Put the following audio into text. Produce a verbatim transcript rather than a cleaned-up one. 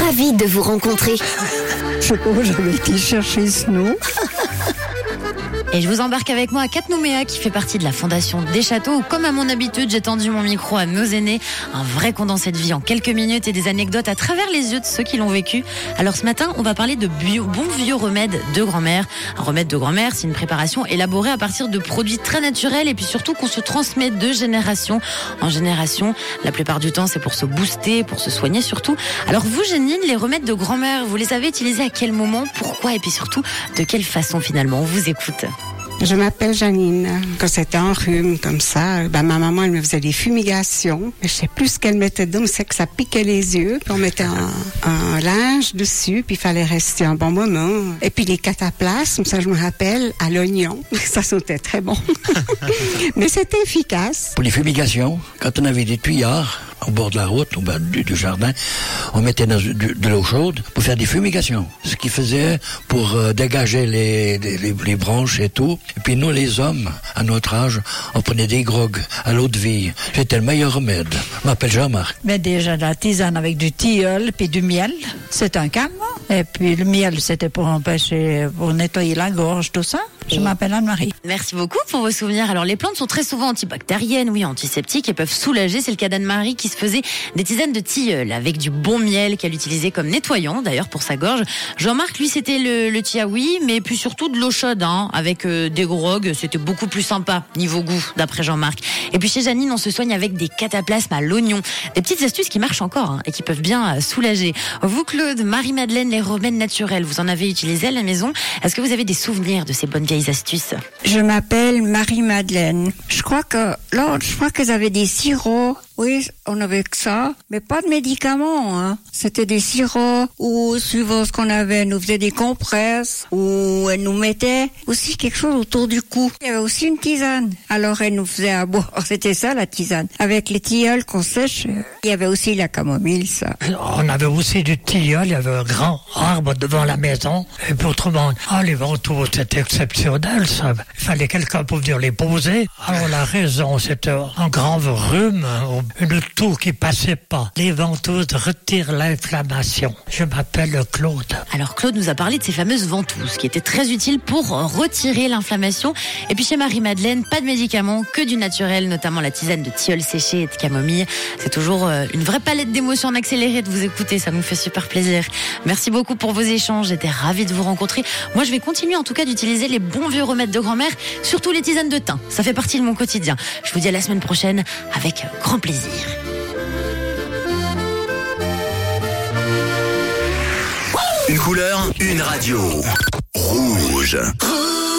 ravie de vous rencontrer. Je sais pas où j'avais été chercher ce nom. Et je vous embarque avec moi à Cap-Nouméa, qui fait partie de la Fondation des Châteaux, où, comme à mon habitude, j'ai tendu mon micro à nos aînés. Un vrai condensé de vie en quelques minutes et des anecdotes à travers les yeux de ceux qui l'ont vécu. Alors ce matin, on va parler de bio, bons vieux remèdes de grand-mère. Un remède de grand-mère, c'est une préparation élaborée à partir de produits très naturels et puis surtout qu'on se transmet de génération en génération. La plupart du temps, c'est pour se booster, pour se soigner surtout. Alors vous, Janine, les remèdes de grand-mère, vous les avez utilisés à quel moment, pourquoi et puis surtout de quelle façon finalement? On vous écoute. Je m'appelle Janine. Quand c'était en rhume comme ça, ben ma maman elle me faisait des fumigations. Je sais plus ce qu'elle mettait dedans, mais c'est que ça piquait les yeux. Puis on mettait un, un linge dessus, puis il fallait rester un bon moment. Et puis les cataplasmes, ça je me rappelle, à l'oignon. Ça sentait très bon. Mais c'était efficace. Pour les fumigations, quand on avait des tuyards au bord de la route, au bord du, du jardin, on mettait dans, du, de l'eau chaude pour faire des fumigations. Ce qui faisait pour euh, dégager les, les, les, les branches et tout. Et puis nous, les hommes, à notre âge, on prenait des grogues à l'eau de vie. C'était le meilleur remède. Je m'appelle Jean-Marc. Mais déjà la tisane avec du tilleul puis du miel, c'est un calme. Et puis le miel, c'était pour empêcher, pour nettoyer la gorge, tout ça. Je m'appelle Anne-Marie. Merci beaucoup pour vos souvenirs. Alors les plantes sont très souvent antibactériennes, oui, antiseptiques et peuvent soulager. C'est le cas d'Anne-Marie qui se faisait des tisanes de tilleul avec du bon miel qu'elle utilisait comme nettoyant d'ailleurs pour sa gorge. Jean-Marc, lui, c'était le, le tiaoui, mais puis surtout de l'eau chaude, hein, avec euh, des grogues. C'était beaucoup plus sympa niveau goût, d'après Jean-Marc. Et puis chez Janine, on se soigne avec des cataplasmes à l'oignon. Des petites astuces qui marchent encore, hein, et qui peuvent bien euh, soulager. Vous, Claude, Marie-Madeleine, les remèdes naturels, vous en avez utilisé à la maison. Est-ce que vous avez des souvenirs de ces bonnes vieilles astuces? Je m'appelle Marie-Madeleine. Je crois que là, je crois qu'ils avaient des sirops. Oui, on avait que ça, mais pas de médicaments, hein. C'était des sirops, ou suivant ce qu'on avait, elle nous faisait des compresses, ou elle nous mettait aussi quelque chose autour du cou. Il y avait aussi une tisane. Alors elle nous faisait à boire. C'était ça, la tisane. Avec les tilleuls qu'on sèche. Il y avait aussi la camomille, ça. On avait aussi du tilleul, il y avait un grand arbre devant la maison. Et puis autrement, ah, les ventouses, c'était exceptionnel, ça. Il fallait quelqu'un pour venir les poser. Alors la raison, c'était un grand rhume, une toux qui passait pas. Les ventouses retirent l'inflammation. Je m'appelle Claude. Alors Claude nous a parlé de ces fameuses ventouses qui étaient très utiles pour retirer l'inflammation. Et puis chez Marie-Madeleine, pas de médicaments, que du naturel, notamment la tisane de tilleul séché et de camomille. C'est toujours une vraie palette d'émotions en accéléré de vous écouter, ça nous fait super plaisir. Merci beaucoup pour vos échanges, j'étais ravie de vous rencontrer. Moi je vais continuer en tout cas d'utiliser les bons vieux remèdes de grand-mère, surtout les tisanes de thym. Ça fait partie de mon quotidien. Je vous dis à la semaine prochaine avec grand plaisir. Une couleur, une radio. Rouge.